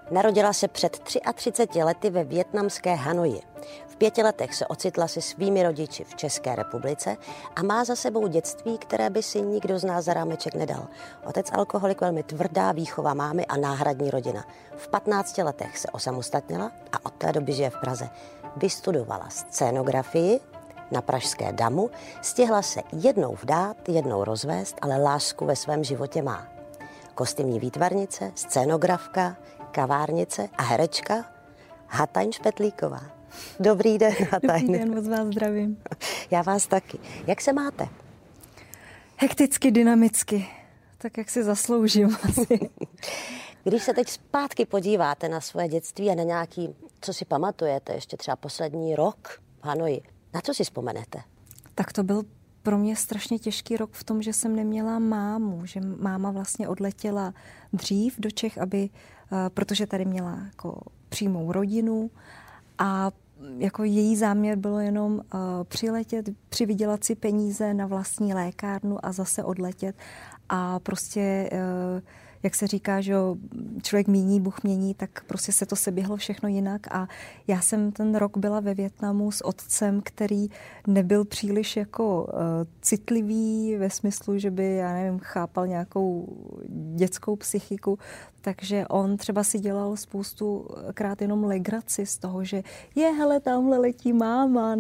Narodila se před 33 lety ve vietnamské Hanoji. V 5 letech se ocitla se svými rodiči v České republice a má za sebou dětství, které by si nikdo z nás za rámeček nedal. Otec alkoholik, velmi tvrdá výchova mámy a náhradní rodina. V 15 letech se osamostatnila a od té doby žije v Praze. Vystudovala scénografii na pražské Damu, stihla se jednou vdát, jednou rozvést, ale lásku ve svém životě má. Kostýmní výtvarnice, scénografka, kavárnice a herečka Hatajn Špetlíková. Dobrý den, Hatajn. Dobrý den, moc vás zdravím. Já vás taky. Jak se máte? Hekticky, dynamicky. Tak, jak si zasloužím asi. Když se teď zpátky podíváte na svoje dětství a na nějaký, co si pamatujete, ještě třeba poslední rok v Hanoji, na co si vzpomenete? Tak to byl pro mě strašně těžký rok v tom, že jsem neměla mámu, že máma vlastně odletěla dřív do Čech, protože tady měla jako přímou rodinu a jako její záměr bylo jenom přiletět, přivydělat si peníze na vlastní lékárnu a zase odletět a prostě jak se říká, že člověk míní, Bůh mění, tak prostě se to seběhlo všechno jinak a já jsem ten rok byla ve Vietnamu s otcem, který nebyl příliš jako citlivý ve smyslu, že by, já nevím, chápal nějakou dětskou psychiku, takže on třeba si dělal spoustukrát jenom legraci z toho, že hele, tamhle letí máma,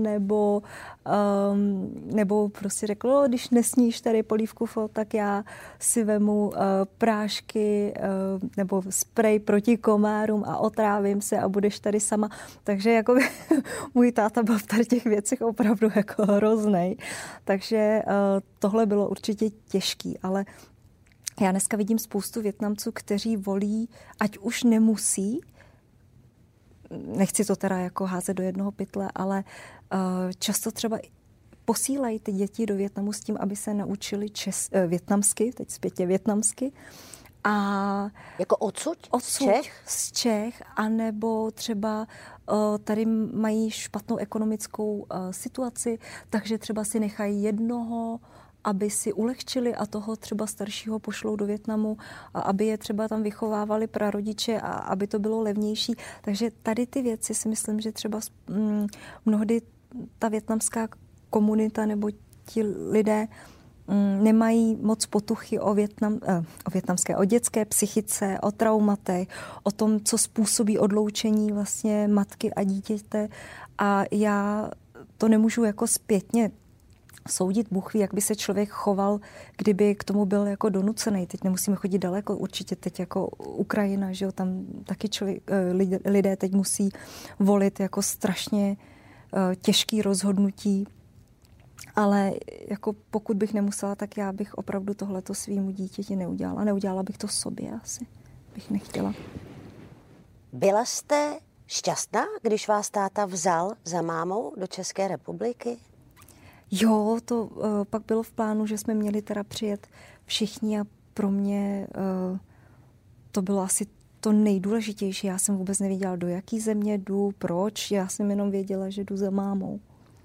nebo prostě řekl, když nesníš tady polívku, tak já si vemu prášky nebo sprej proti komárům a otrávím se a budeš tady sama. Takže jako můj táta byl v tady těch věcech opravdu jako hroznej. Takže tohle bylo určitě těžký, ale já dneska vidím spoustu Vietnamců, kteří volí, ať už nemusí, nechci to teda jako házet do jednoho pytle, ale často třeba posílají ty děti do Vietnamu s tím, aby se naučili vietnamsky, teď zpětě vietnamsky. A jako odsud? Z Čech, anebo třeba tady mají špatnou ekonomickou situaci, takže třeba si nechají jednoho, aby si ulehčili a toho třeba staršího pošlou do Vietnamu, a aby je třeba tam vychovávali prarodiče a aby to bylo levnější. Takže tady ty věci si myslím, že třeba mnohdy ta vietnamská komunita nebo ti lidé nemají moc potuchy o dětské psychice, o traumatech, o tom, co způsobí odloučení vlastně matky a dítěte. A já to nemůžu jako zpětně soudit, Bůh ví, jak by se člověk choval, kdyby k tomu byl jako donucený. Teď nemusíme chodit daleko, určitě teď jako Ukrajina, že jo, tam taky lidé teď musí volit jako strašně těžký rozhodnutí, ale jako pokud bych nemusela, tak já bych opravdu tohleto svýmu dítěti neudělala. Neudělala bych to sobě asi, bych nechtěla. Byla jste šťastná, když vás táta vzal za mámou do České republiky? Jo, to pak bylo v plánu, že jsme měli teda přijet všichni a pro mě to bylo asi to nejdůležitější. Já jsem vůbec nevěděla, do jaký země jdu, proč. Já jsem jenom věděla, že jdu za mámou.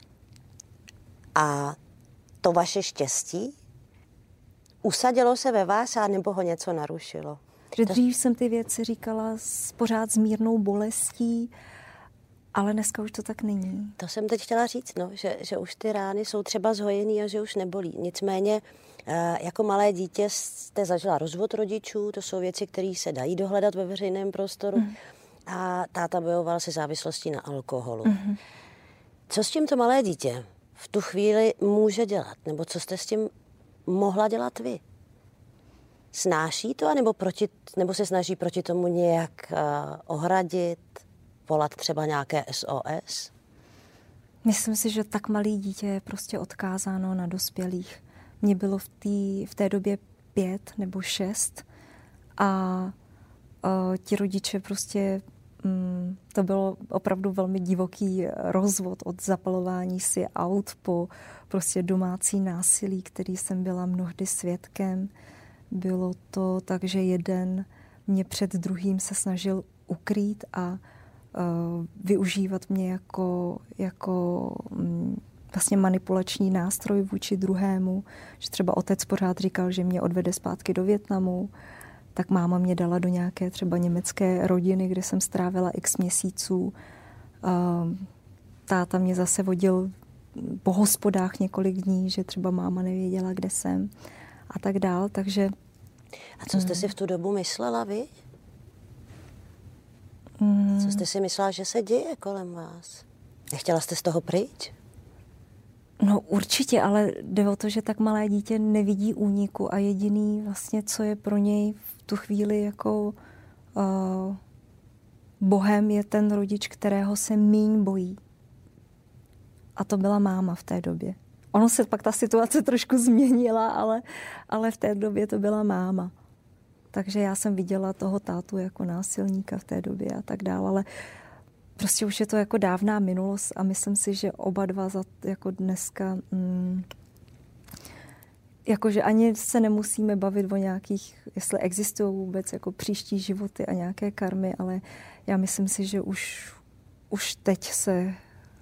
A to vaše štěstí usadilo se ve vás, a nebo ho něco narušilo? Že dřív jsem ty věci říkala pořád s mírnou bolestí, ale dneska už to tak není. To jsem teď chtěla říct, že už ty rány jsou třeba zhojený a že už nebolí. Nicméně jako malé dítě jste zažila rozvod rodičů, to jsou věci, které se dají dohledat ve veřejném prostoru. A táta bojoval se závislostí na alkoholu. Co s tím to malé dítě v tu chvíli může dělat? Nebo co jste s tím mohla dělat vy? Snáší to, nebo se snaží proti tomu nějak ohradit, volat třeba nějaké SOS? Myslím si, že tak malé dítě je prostě odkázáno na dospělých. Mně bylo v té době 5 nebo 6 a ti rodiče prostě, to bylo opravdu velmi divoký rozvod od zapalování si aut po prostě domácí násilí, který jsem byla mnohdy svědkem. Bylo to tak, že jeden mě před druhým se snažil ukrýt a využívat mě jako vlastně manipulační nástroj vůči druhému. Že třeba otec pořád říkal, že mě odvede zpátky do Vietnamu. tak máma mě dala do nějaké třeba německé rodiny, kde jsem strávila x měsíců. Táta mě zase vodil po hospodách několik dní, že třeba máma nevěděla, kde jsem a tak dál, takže... A co jste si v tu dobu myslela vy? Co jste si myslela, že se děje kolem vás? Nechtěla jste z toho pryč? No určitě, ale jde o to, že tak malé dítě nevidí úniku a jediný vlastně, co je pro něj v tu chvíli jako bohem, je ten rodič, kterého se míň bojí. A to byla máma v té době. Ono se pak ta situace trošku změnila, ale v té době to byla máma. Takže já jsem viděla toho tátu jako násilníka v té době a tak dále, ale prostě už je to jako dávná minulost a myslím si, že oba dva jako dneska, jakože ani se nemusíme bavit o nějakých, jestli existují vůbec jako příští životy a nějaké karmy, ale já myslím si, že už teď se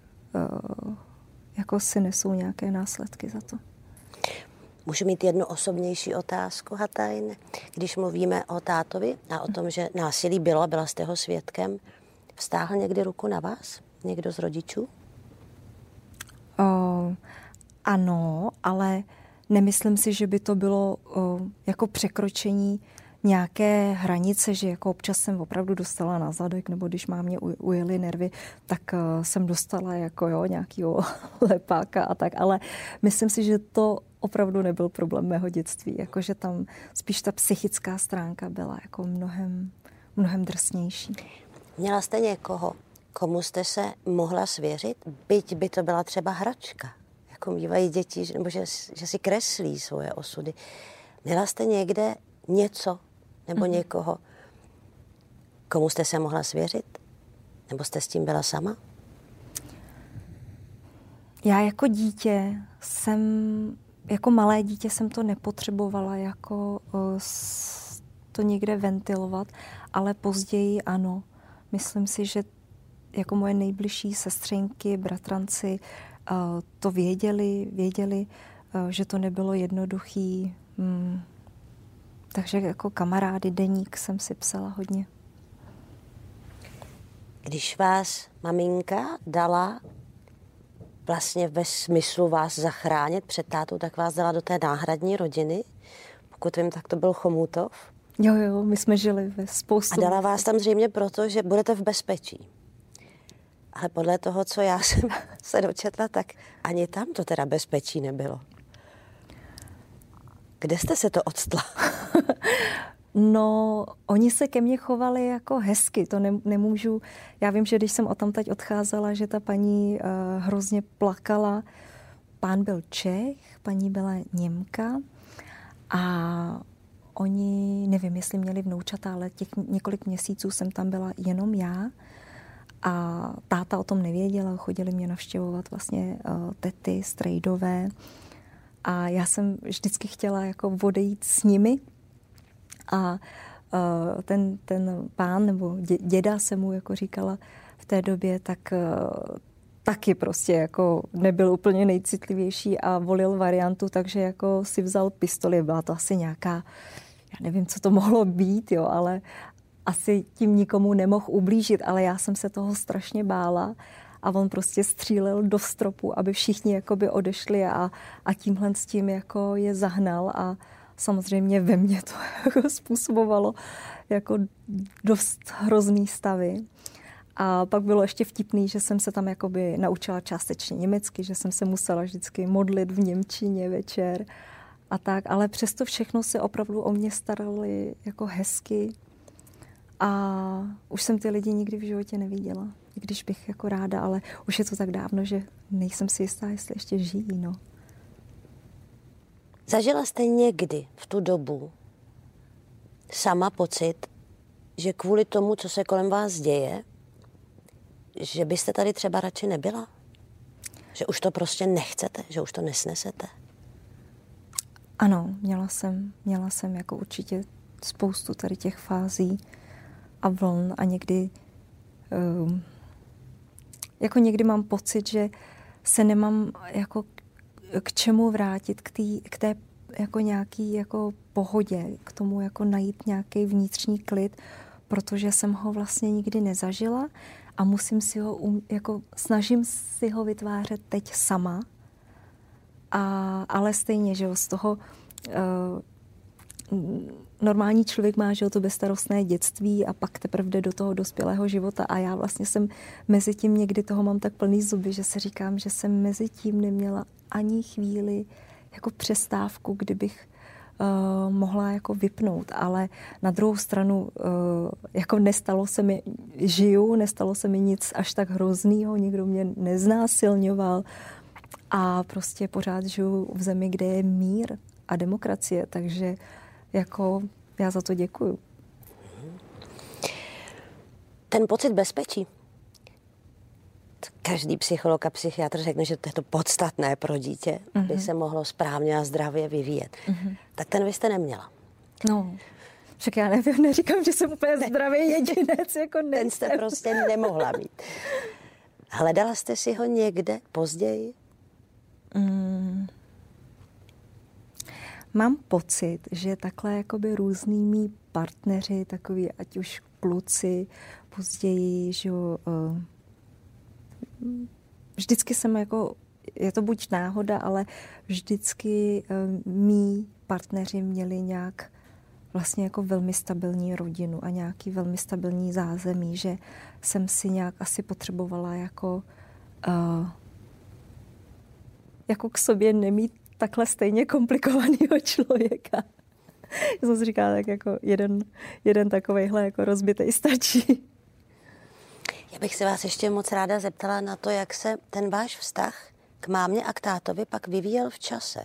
jako si nesou nějaké následky za to. Můžu mít jednu osobnější otázku, Hatajn? Když mluvíme o tátovi a o tom, že násilí bylo, byla jste ho svědkem, vztáhl někdy ruku na vás? Někdo z rodičů? Ano, ale nemyslím si, že by to bylo jako překročení nějaké hranice, že jako občas jsem opravdu dostala na zadek, nebo když mámě ujeli nervy, tak jsem dostala jako nějakýho lepáka a tak, ale myslím si, že to opravdu nebyl problém mého dětství, jakože tam spíš ta psychická stránka byla jako mnohem drsnější. Měla jste někoho, komu jste se mohla svěřit, byť by to byla třeba hračka, jako mývají děti, nebo že si kreslí svoje osudy. Měla jste někde něco nebo někoho, komu jste se mohla svěřit? Nebo jste s tím byla sama? Já jako jako malé dítě jsem to nepotřebovala jako to někde ventilovat, ale později ano. Myslím si, že jako moje nejbližší sestřenky, bratranci to věděli, že to nebylo jednoduchý. Takže jako kamarády, deník jsem si psala hodně. Když vás maminka dala vlastně ve smyslu vás zachránit před tátou, tak vás dala do té náhradní rodiny. Pokud vím, tak to byl Chomutov. Jo, my jsme žili ve spoustu. A dala vás tam zřejmě proto, že budete v bezpečí. Ale podle toho, co já jsem se dočetla, tak ani tam to teda bezpečí nebylo. Kde jste se to odstla? No, oni se ke mně chovali jako hezky, to nemůžu. Já vím, že když jsem odtamtud odcházela, že ta paní hrozně plakala. Pán byl Čech, paní byla Němka a oni, nevím, jestli měli vnoučata, ale těch několik měsíců jsem tam byla jenom já a táta o tom nevěděla, chodili mě navštěvovat vlastně tety, strejdové a já jsem vždycky chtěla jako odejít s nimi a ten pán nebo děda se mu jako říkala v té době, tak taky prostě jako nebyl úplně nejcitlivější a volil variantu, takže jako si vzal pistoli. Byla to asi nějaká, já nevím, co to mohlo být, jo, ale asi tím nikomu nemohl ublížit, ale já jsem se toho strašně bála a on prostě střílel do stropu, aby všichni jakoby odešli a tímhle s tím jako je zahnal a samozřejmě ve mně to jako způsobovalo jako dost hrozný stavy. A pak bylo ještě vtipný, že jsem se tam jakoby naučila částečně německy, že jsem se musela vždycky modlit v němčině večer a tak, ale přesto všechno se opravdu o mě starali jako hezky a už jsem ty lidi nikdy v životě neviděla, i když bych jako ráda, ale už je to tak dávno, že nejsem si jistá, jestli ještě žijí, no. Zažila jste někdy v tu dobu sama pocit, že kvůli tomu, co se kolem vás děje, že byste tady třeba radši nebyla? Že už to prostě nechcete? Že už to nesnesete? Ano, měla jsem jako určitě spoustu tady těch fází a vln a někdy jako někdy mám pocit, že se nemám jako k čemu vrátit, k té jako nějaký jako pohodě, k tomu jako najít nějaký vnitřní klid, protože jsem ho vlastně nikdy nezažila a musím si ho, jako snažím si ho vytvářet teď sama. Ale stejně, že jo, z toho normální člověk má, že jo, to bezstarostné dětství a pak teprve jde do toho dospělého života a já vlastně jsem mezi tím někdy toho mám tak plný zuby, že se říkám, že jsem mezi tím neměla ani chvíli jako přestávku, kdybych mohla jako vypnout, ale na druhou stranu jako nestalo se mi nic až tak hroznýho, nikdo mě neznásilňoval a prostě pořád žiju v zemi, kde je mír a demokracie, takže jako já za to děkuju. Ten pocit bezpečí. Každý psycholog a psychiatr řekne, že to je to podstatné pro dítě, aby se mohlo správně a zdravě vyvíjet. Tak ten vy jste neměla. No, však já nevím, neříkám, že jsem úplně zdravý jedinec. Jako ten jste prostě nemohla mít. Hledala jste si ho někde později? Mám pocit, že takhle jakoby různý mý partneři, takový ať už kluci, později, že vždycky jsem jako, je to buď náhoda, ale vždycky mý partneři měli nějak vlastně jako velmi stabilní rodinu a nějaký velmi stabilní zázemí, že jsem si nějak asi potřebovala jako k sobě nemít takhle stejně komplikovaného člověka. Já jsem si říkala, tak jako jeden takovejhle jako rozbitej stačí. Já bych se vás ještě moc ráda zeptala na to, jak se ten váš vztah k mámě a k tátovi pak vyvíjel v čase.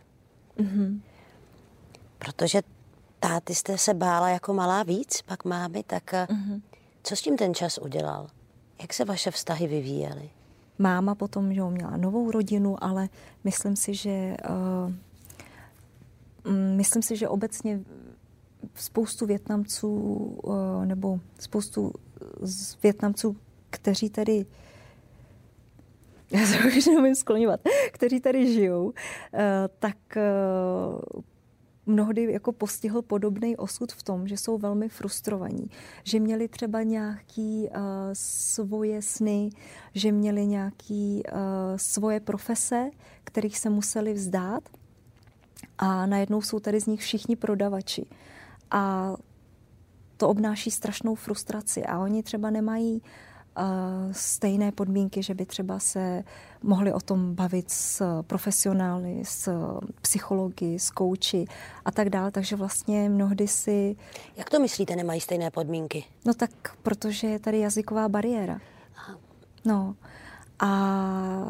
Protože táty jste se bála jako malá víc, pak mámy, tak co s tím ten čas udělal? Jak se vaše vztahy vyvíjely? Máma potom, že měla novou rodinu, ale myslím si, že obecně spoustu Vietnamců nebo spoustu z Vietnamců, kteří tady já se už nemůžu skloňovat, kteří tady žijou, tak mnohdy jako postihl podobný osud v tom, že jsou velmi frustrovaní, že měli třeba nějaký svoje sny, že měli nějaký svoje profese, kterých se museli vzdát a najednou jsou tady z nich všichni prodavači. A to obnáší strašnou frustraci a oni třeba nemají stejné podmínky, že by třeba se mohli o tom bavit s profesionály, s psychologi, s kouči a tak dále. Takže vlastně mnohdy si... Jak to myslíte, nemají stejné podmínky? No tak, protože je tady jazyková bariéra. Aha. No a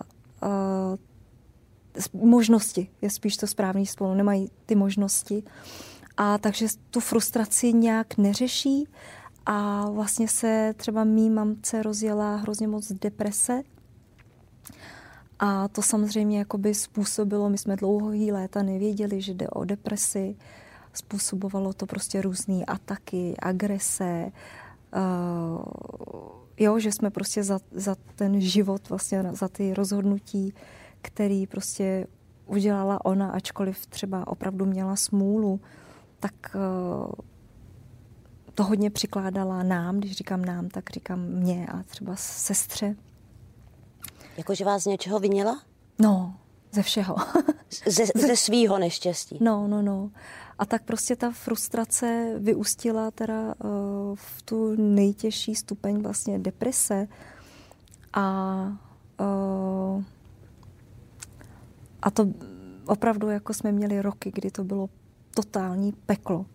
možnosti je spíš to správný slovo, nemají ty možnosti. A takže tu frustraci nějak neřeší a vlastně se třeba mý mamce rozjela hrozně moc deprese a to samozřejmě jakoby způsobilo, my jsme dlouhý léta nevěděli, že jde o depresi, způsobovalo to prostě různé ataky, agrese, že jsme prostě za ten život, vlastně za ty rozhodnutí, který prostě udělala ona, ačkoliv třeba opravdu měla smůlu, tak to hodně přikládala nám, když říkám nám, tak říkám mě a třeba sestře. Jakože vás z něčeho vinila? No, ze všeho. Ze svýho neštěstí. No. A tak prostě ta frustrace vyústila teda v tu nejtěžší stupeň vlastně deprese a to opravdu jako jsme měli roky, kdy to bylo totální peklo.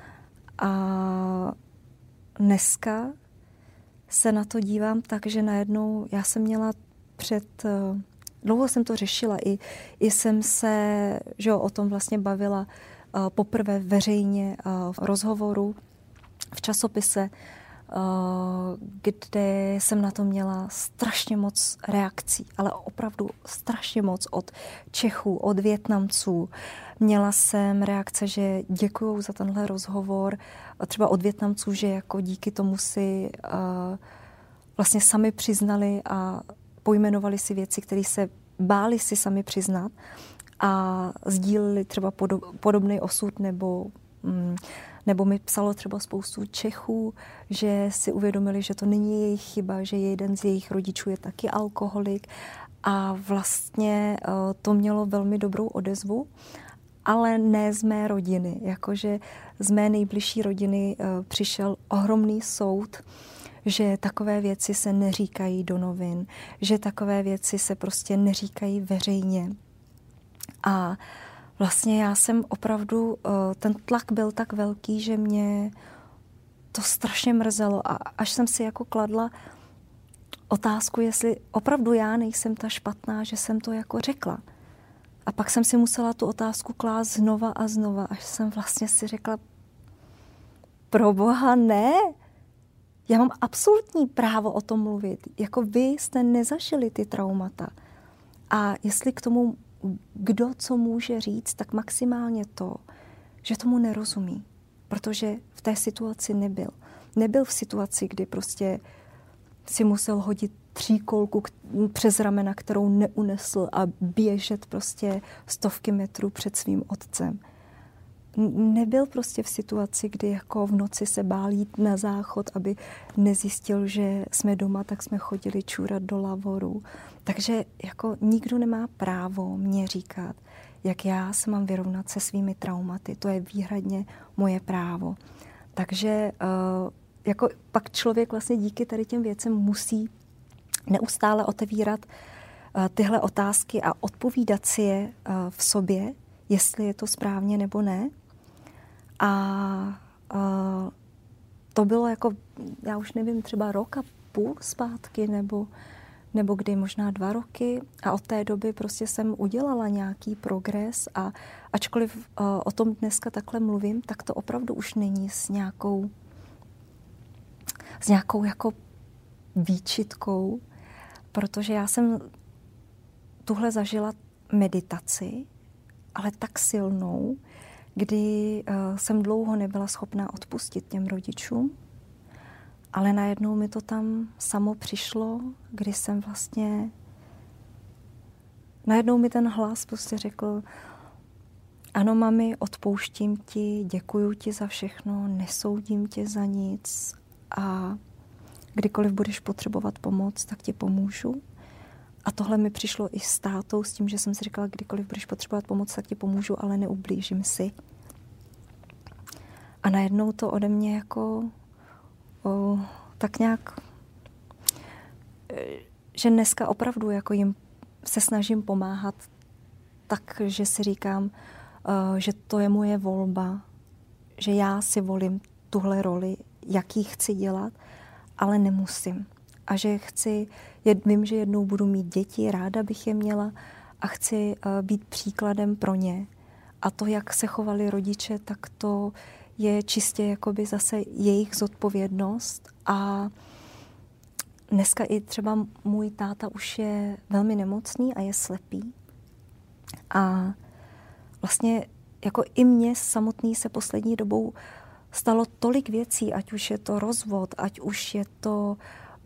A dneska se na to dívám tak, že najednou já jsem měla dlouho jsem to řešila, i jsem se o tom vlastně bavila poprvé veřejně v rozhovoru v časopise, kde jsem na to měla strašně moc reakcí, ale opravdu strašně moc od Čechů, od Vietnamců. Měla jsem reakce, že děkuju za tenhle rozhovor, třeba od Vietnamců, že jako díky tomu si vlastně sami přiznali a pojmenovali si věci, které se báli si sami přiznat. a sdíleli třeba podobný osud, nebo mi psalo třeba spoustu Čechů, že si uvědomili, že to není jejich chyba, že jeden z jejich rodičů je taky alkoholik a vlastně to mělo velmi dobrou odezvu, ale ne z mé rodiny. Jakože z mé nejbližší rodiny přišel ohromný soud, že takové věci se neříkají do novin, že takové věci se prostě neříkají veřejně. A vlastně já jsem opravdu, ten tlak byl tak velký, že mě to strašně mrzelo a až jsem si jako kladla otázku, jestli opravdu já nejsem ta špatná, že jsem to jako řekla. A pak jsem si musela tu otázku klást znova a znova, až jsem vlastně si řekla, pro Boha ne, já mám absolutní právo o tom mluvit. Jako vy jste nezažili ty traumata. A jestli k tomu kdo co může říct, tak maximálně to, že tomu nerozumí, protože v té situaci nebyl. Nebyl v situaci, kdy prostě si musel hodit tříkolku přes ramena, kterou neunesl a běžet prostě stovky metrů před svým otcem. Nebyl prostě v situaci, kdy jako v noci se bál jít na záchod, aby nezjistil, že jsme doma, tak jsme chodili čůrat do lavoru. Takže jako nikdo nemá právo mě říkat, jak já se mám vyrovnat se svými traumaty. To je výhradně moje právo. Takže jako pak člověk vlastně díky tady těm věcem musí neustále otevírat tyhle otázky a odpovídat si je v sobě, jestli je to správně nebo ne. A to bylo jako, já už nevím, třeba rok a půl zpátky, nebo kdy možná 2 roky. A od té doby prostě jsem udělala nějaký progres a ačkoliv o tom dneska takhle mluvím, tak to opravdu už není s nějakou jako výčitkou, protože já jsem tuhle zažila meditaci, ale tak silnou, kdy jsem dlouho nebyla schopná odpustit těm rodičům, ale najednou mi to tam samo přišlo, kdy jsem vlastně... Najednou mi ten hlas prostě řekl, ano, mami, odpouštím ti, děkuju ti za všechno, nesoudím tě za nic a kdykoliv budeš potřebovat pomoc, tak ti pomůžu. A tohle mi přišlo i s tátou, s tím, že jsem si říkala, kdykoliv budeš potřebovat pomoc, tak ti pomůžu, ale neublížím si. A najednou to ode mě jako tak nějak, že dneska opravdu jako jim se snažím pomáhat tak, že si říkám, že to je moje volba, že já si volím tuhle roli, jaký chci dělat, ale nemusím. A že vím, že jednou budu mít děti, ráda bych je měla a chci být příkladem pro ně. A to, jak se chovali rodiče, tak to je čistě jakoby zase jejich zodpovědnost. A dneska i třeba můj táta už je velmi nemocný a je slepý. A vlastně jako i mně samotný se poslední dobou stalo tolik věcí, ať už je to rozvod, ať už je to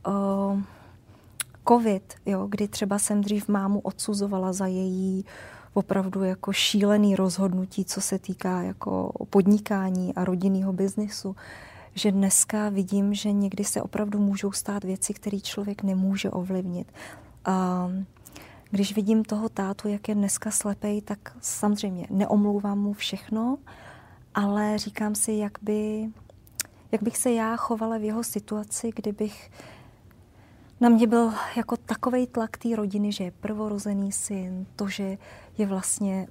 covid, jo, kdy třeba jsem dřív mámu odsuzovala za její opravdu jako šílený rozhodnutí, co se týká jako podnikání a rodinného biznisu, že dneska vidím, že někdy se opravdu můžou stát věci, které člověk nemůže ovlivnit. Když vidím toho tátu, jak je dneska slepej, tak samozřejmě neomlouvám mu všechno, ale říkám si, jak bych se já chovala v jeho situaci, kdybych na mě byl jako takovej tlak té rodiny, že je prvorozený syn, to, že je vlastně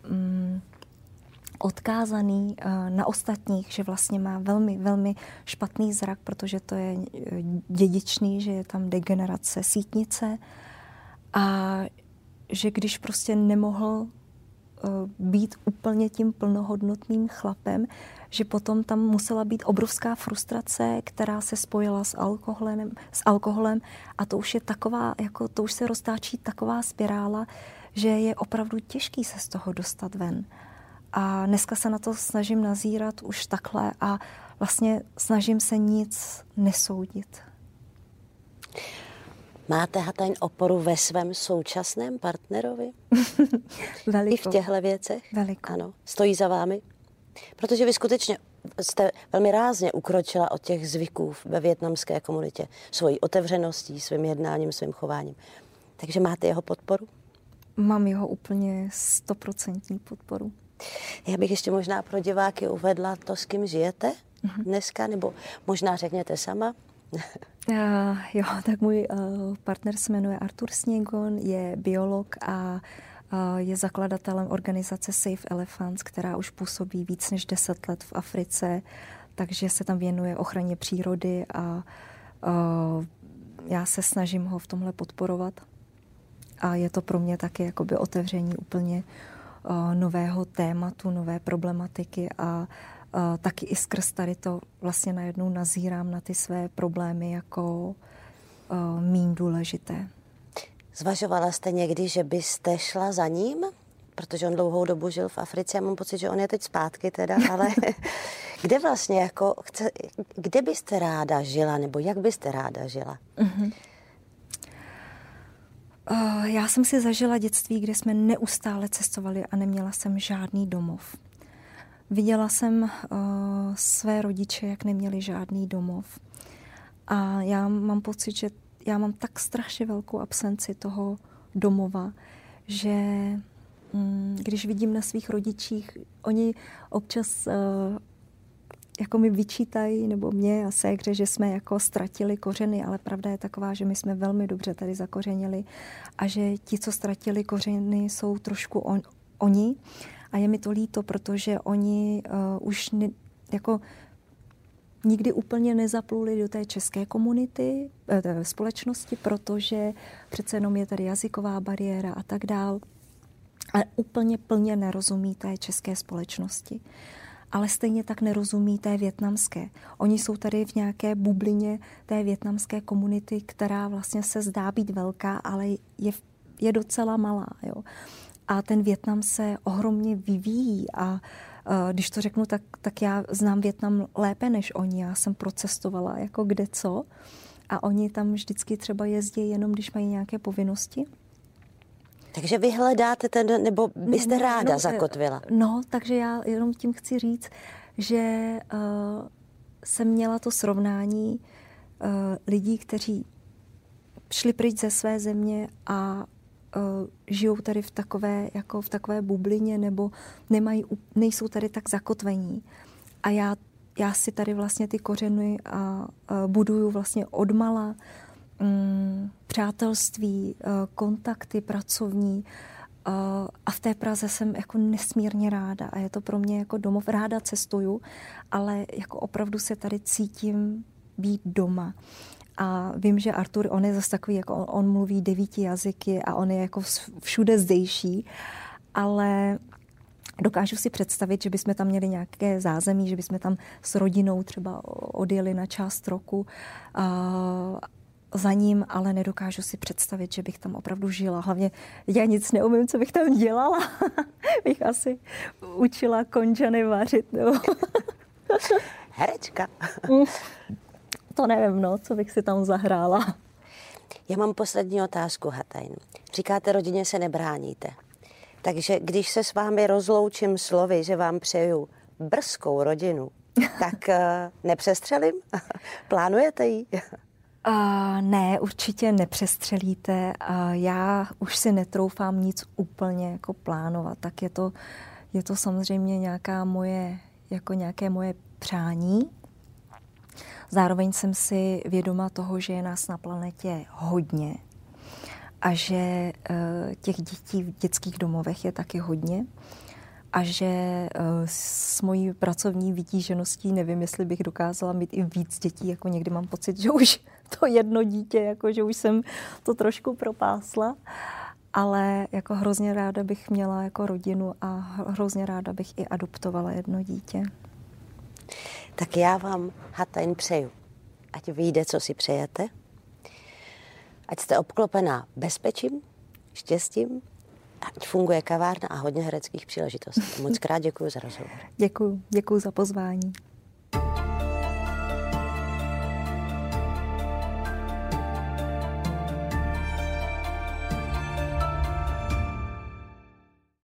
odkázaný na ostatních, že vlastně má velmi, velmi špatný zrak, protože to je dědičný, že je tam degenerace sítnice a že když prostě nemohl být úplně tím plnohodnotným chlapem, že potom tam musela být obrovská frustrace, která se spojila s alkoholem a to už je taková, jako to už se roztáčí taková spirála, že je opravdu těžký se z toho dostat ven. A dneska se na to snažím nazírat už takhle a vlastně snažím se nic nesoudit. Máte, Hatajn, oporu ve svém současném partnerovi? Veliko. I v těchto věcech? Veliko. Ano. Stojí za vámi? Protože vy skutečně jste velmi rázně ukročila od těch zvyků ve vietnamské komunitě svojí otevřeností, svým jednáním, svým chováním. Takže máte jeho podporu? Mám jeho úplně 100% podporu. Já bych ještě možná pro diváky uvedla to, s kým žijete dneska, nebo možná řekněte sama. Jo, tak můj partner se jmenuje Artur Sněgon, je biolog a je zakladatelem organizace Save Elephants, která už působí víc než 10 let v Africe, takže se tam věnuje ochraně přírody a já se snažím ho v tomhle podporovat. A je to pro mě taky jakoby otevření úplně nového tématu, nové problematiky a taky i skrz tady to vlastně najednou nazírám na ty své problémy jako míň důležité. Zvažovala jste někdy, že byste šla za ním? Protože on dlouhou dobu žil v Africe. Já mám pocit, že on je teď zpátky teda, ale kde vlastně jako kde byste ráda žila, nebo jak byste ráda žila? Mm-hmm. Já jsem si zažila dětství, kde jsme neustále cestovali a neměla jsem žádný domov. Viděla jsem své rodiče, jak neměli žádný domov. A já mám pocit, že já mám tak strašně velkou absenci toho domova, že když vidím na svých rodičích, oni občas jako mi vyčítají, nebo mě a ségře, že jsme jako ztratili kořeny, ale pravda je taková, že my jsme velmi dobře tady zakořenili a že ti, co ztratili kořeny, jsou trošku oni. A je mi to líto, protože oni už jako nikdy úplně nezapluli do té české komunity, společnosti, protože přece jenom je tady jazyková bariéra a tak dál. Ale úplně plně nerozumí té české společnosti. Ale stejně tak nerozumí té vietnamské. Oni jsou tady v nějaké bublině té vietnamské komunity, která vlastně se zdá být velká, ale je docela malá. Jo. A ten Vietnam se ohromně vyvíjí a když to řeknu, tak já znám Vietnam lépe než oni. Já jsem procestovala jako kde co a oni tam vždycky třeba jezdí jenom, když mají nějaké povinnosti. Takže vy hledáte nebo byste ráda zakotvila? No, takže já jenom tím chci říct, že jsem měla to srovnání lidí, kteří šli pryč ze své země a žijou tady v takové bublině nebo nejsou tady tak zakotvení. A já si tady vlastně ty kořeny a buduju vlastně odmala přátelství, kontakty pracovní a v té Praze jsem jako nesmírně ráda a je to pro mě jako domov. Ráda cestuju, ale jako opravdu se tady cítím být doma. A vím, že Artur, on je zase takový, jako on mluví 9 jazyky a on je jako všude zdejší, ale dokážu si představit, že bychom tam měli nějaké zázemí, že bychom tam s rodinou třeba odjeli na část roku za ním, ale nedokážu si představit, že bych tam opravdu žila. Hlavně já nic neumím, co bych tam dělala. Bych asi učila končany vařit. Nebo... Herečka. To nevím, co bych si tam zahrála. Já mám poslední otázku, Hatajn. Říkáte, rodině se nebráníte. Takže když se s vámi rozloučím slovy, že vám přeju brzkou rodinu, tak nepřestřelím? Plánujete ji? Ne, určitě nepřestřelíte. Já už si netroufám nic úplně jako plánovat. Tak je to samozřejmě nějaké moje přání. Zároveň jsem si vědoma toho, že je nás na planetě hodně a že těch dětí v dětských domovech je taky hodně a že s mojí pracovní vytížeností nevím, jestli bych dokázala mít i víc dětí, jako někdy mám pocit, že už to jedno dítě, jako že už jsem to trošku propásla, ale jako hrozně ráda bych měla jako rodinu a hrozně ráda bych i adoptovala jedno dítě. Tak já vám, Hatajn, přeju, ať vyjde, co si přejete, ať jste obklopená bezpečím, štěstím, ať funguje kavárna a hodně hereckých příležitostí. Moc krát děkuji za rozhovor. Děkuji za pozvání.